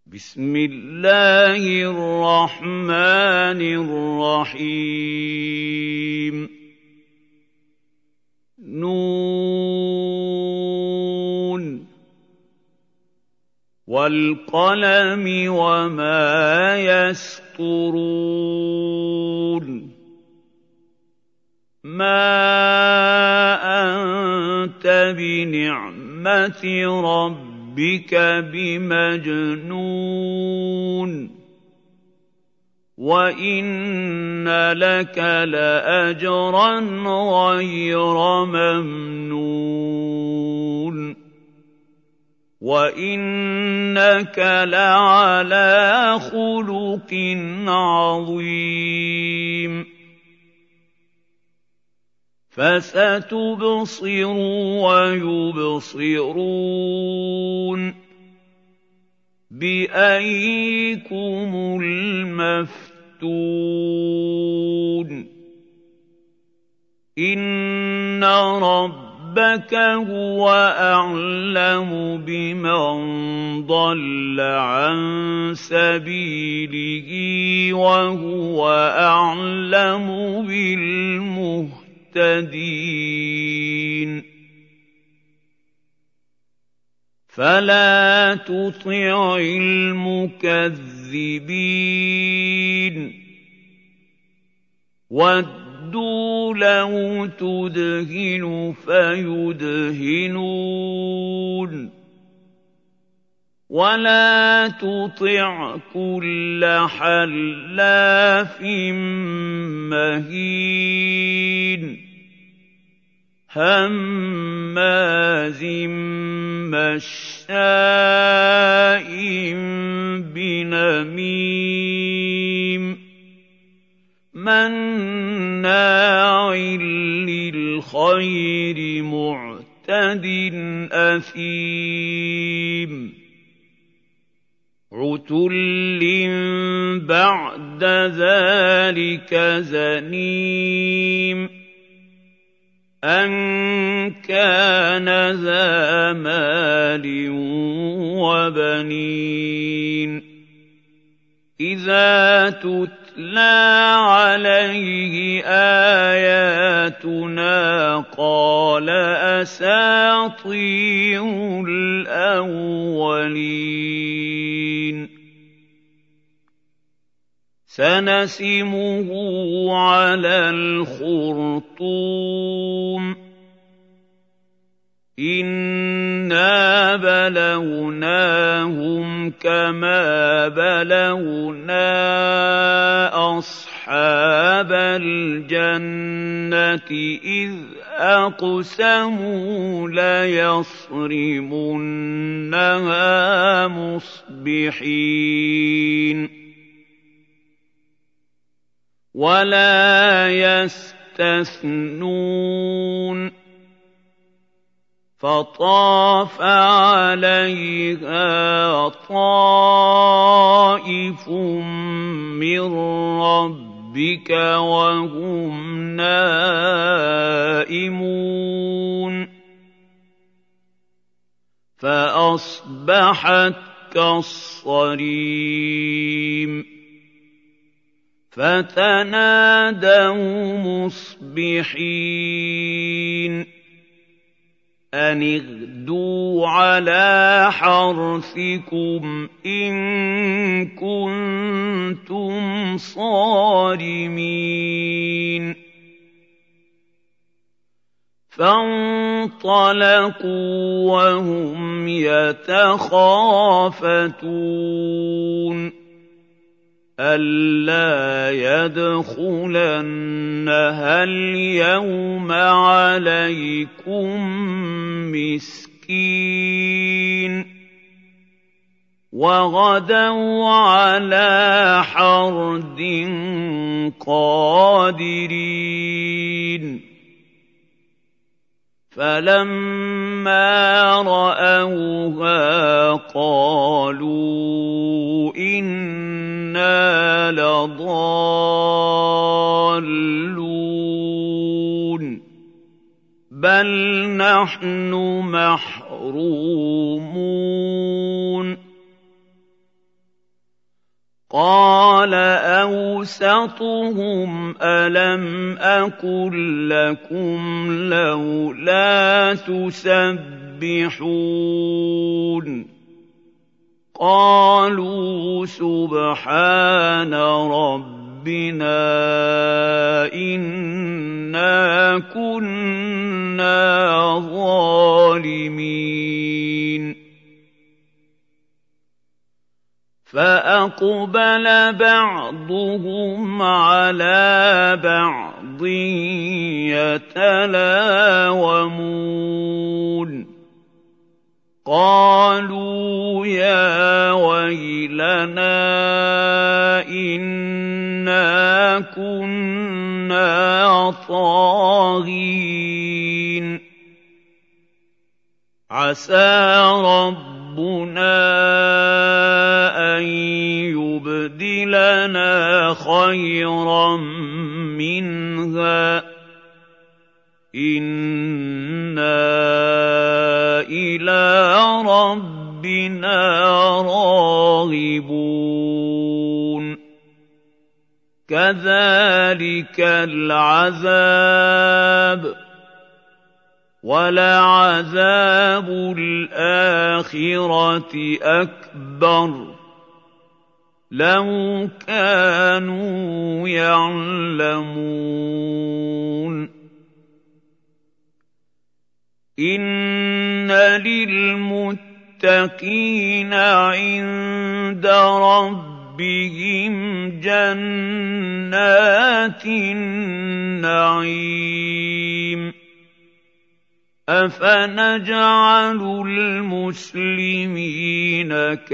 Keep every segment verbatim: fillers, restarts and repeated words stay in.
بسم الله الرحمن الرحيم نون والقلم وما يسطرون ما أنت بنعمة ربك بمجنون وإن لك لأجرا غير ممنون وإنك لعلى خلق عظيم فستبصر ويبصرون بأيكم المفتون إن ربك هو أعلم بمن ضل عن سبيله وهو أعلم بالمهتدين فلا تطع المكذبين ودوا لو تدهن فيدهنون ولا تطع كل حلاف مهين هماز مشاء بنميم مناع للخير معتد أثيم عتل بعد ذلك زنيم أن كان ذا مال وبنين إذا تتلى عليه آياتنا قال أساطير الأولين سنسمه على الخرطوم إنا بلوناهم كما بلونا أصحاب الجنة إذ أقسموا ليصرمنها مصبحين ولا يستثنون فطاف عليها طائف من ربك وهم نائمون فأصبحت كالصريم فتنادوا مصبحين أن اغدوا على حرثكم إن كنتم صارمين فانطلقوا وهم يتخافتون ألا يدخلنها اليوم عليكم مسكين وغدوا على حرد قادرين فلما رأوها قالوا إنا لضالون بل نحن محرومون قَالَ أَوْسَطُهُمْ أَلَمْ أَقُل لَّكُمْ لَوْلَا تُسَبِّحُونَ قَالُوا سُبْحَانَ رَبِّنَا إِنَّا كُنَّا ظَالِمِينَ فَأَقْبَلَ بَعْضُهُمْ عَلَىٰ بَعْضٍ يَتَلَاوَمُونَ قَالُوا يَا وَيْلَنَا إِنَّا كُنَّا طَاغِينَ عَسَىٰ رَبُّنَا أَن يُبْدِلَنَا خَيْرًا مِّنْهَا إِنَّا إِلَىٰ رَبِّنَا رَاغِبُونَ كَذَٰلِكَ الْعَذَابُ وَلَعَذَابُ الْآخِرَةِ أَكْبَرُ لَوْ كَانُوا يَعْلَمُونَ إِنَّ لِلْمُتَّقِينَ عِندَ رَبِّهِمْ جَنَّاتِ النَّعِيمِ أَفَنَجْعَلُ الْمُسْلِمِينَ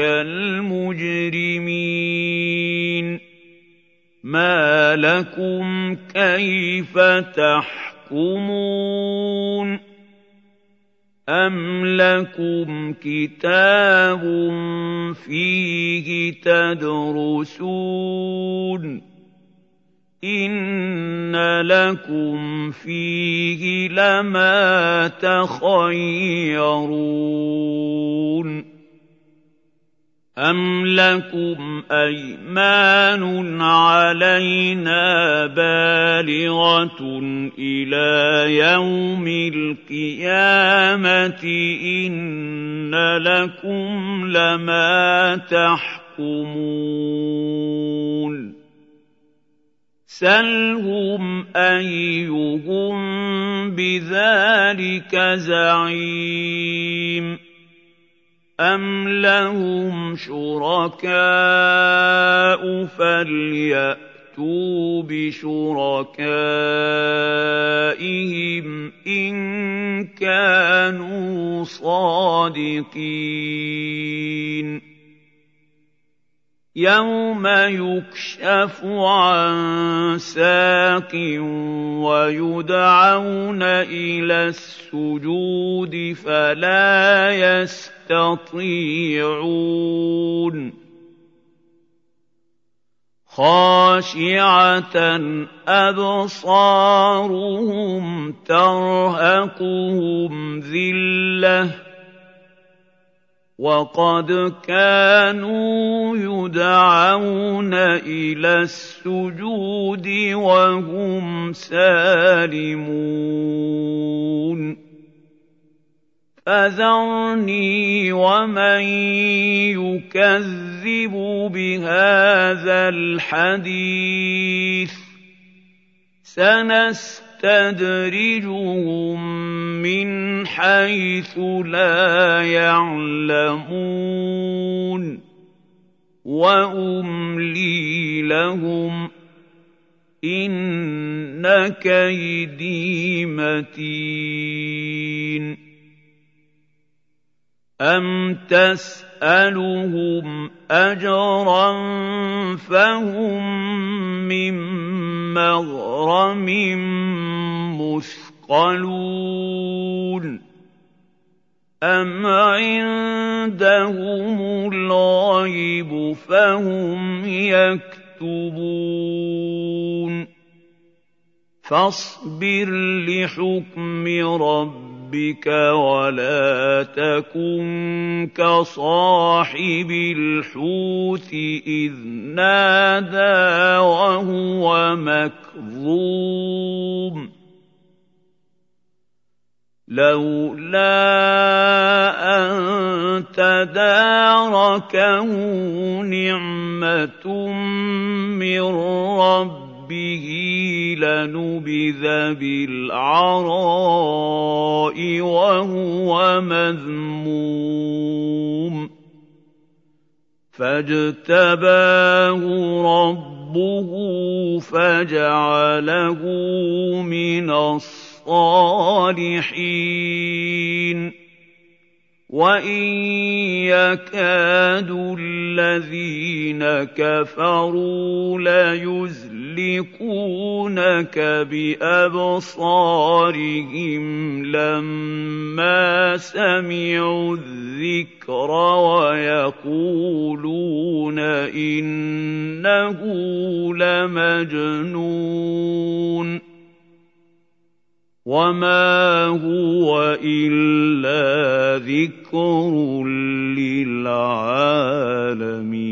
كَالْمُجْرِمِينَ مَا لَكُمْ كَيْفَ تَحْكُمُونَ أَمْ لَكُمْ كِتَابٌ فِيهِ تَدْرُسُونَ إِنَّ لَكُمْ فِيهِ لَمَا تَخَيَّرُونَ أَمْ لَكُمْ أَيْمَانٌ عَلَيْنَا بَالِغَةٌ إِلَىٰ يَوْمِ الْقِيَامَةِ إِنَّ لَكُمْ لَمَا تَحْكُمُونَ سَلْهُمْ أَيُّهُم بِذَٰلِكَ زَعِيمٌ أَمْ لَهُمْ شُرَكَاءُ فَلْيَأْتُوا بِشُرَكَائِهِمْ إِن كَانُوا صَادِقِينَ يَوْمَ يُكْشَفُ عَن سَاقٍ وَيُدْعَوْنَ إِلَى السُّجُودِ فَلَا يَسْتَطِيعُونَ خَاشِعَةً أَبْصَارُهُمْ تَرْهَقُهُمْ ذِلَّةٌ وَقَدْ كَانُوا يُدْعَوْنَ إِلَى السُّجُودِ وَهُمْ سَالِمُونَ فَذَرْنِي وَمَن يُكَذِّبُ بِهَٰذَا الْحَدِيثِ سَنَسْتَدْرِجُهُم مِّنْ حَيْثُ لَا يَعْلَمُونَ وَأُمْلِي لَهُمْ إِنَّ كَيْدِي مَتِينٌ أَمْ تَسْأَلُهُمْ أَجْرًا فَهُم مِّن مَّغْرَمٍ مُّثْقَلُونَ أَمْ عِندَهُمُ الْغَيْبُ فَهُمْ يَكْتُبُونَ فَاصْبِرْ لِحُكْمِ رَبِّكَ ربك ولا تكن كصاحب الحوت إذ نادى وهو مكظوم لولا أن تداركه نعمة من ربه لنبذ بالعراء وهو مذموم فاجتباه ربه فجعله من الصالحين وإن يكاد الذين كفروا ليزلقونك بأبصارهم لما سمعوا الذكر ويقولون إنه لمجنون وما هو إلا ذكر للعالمين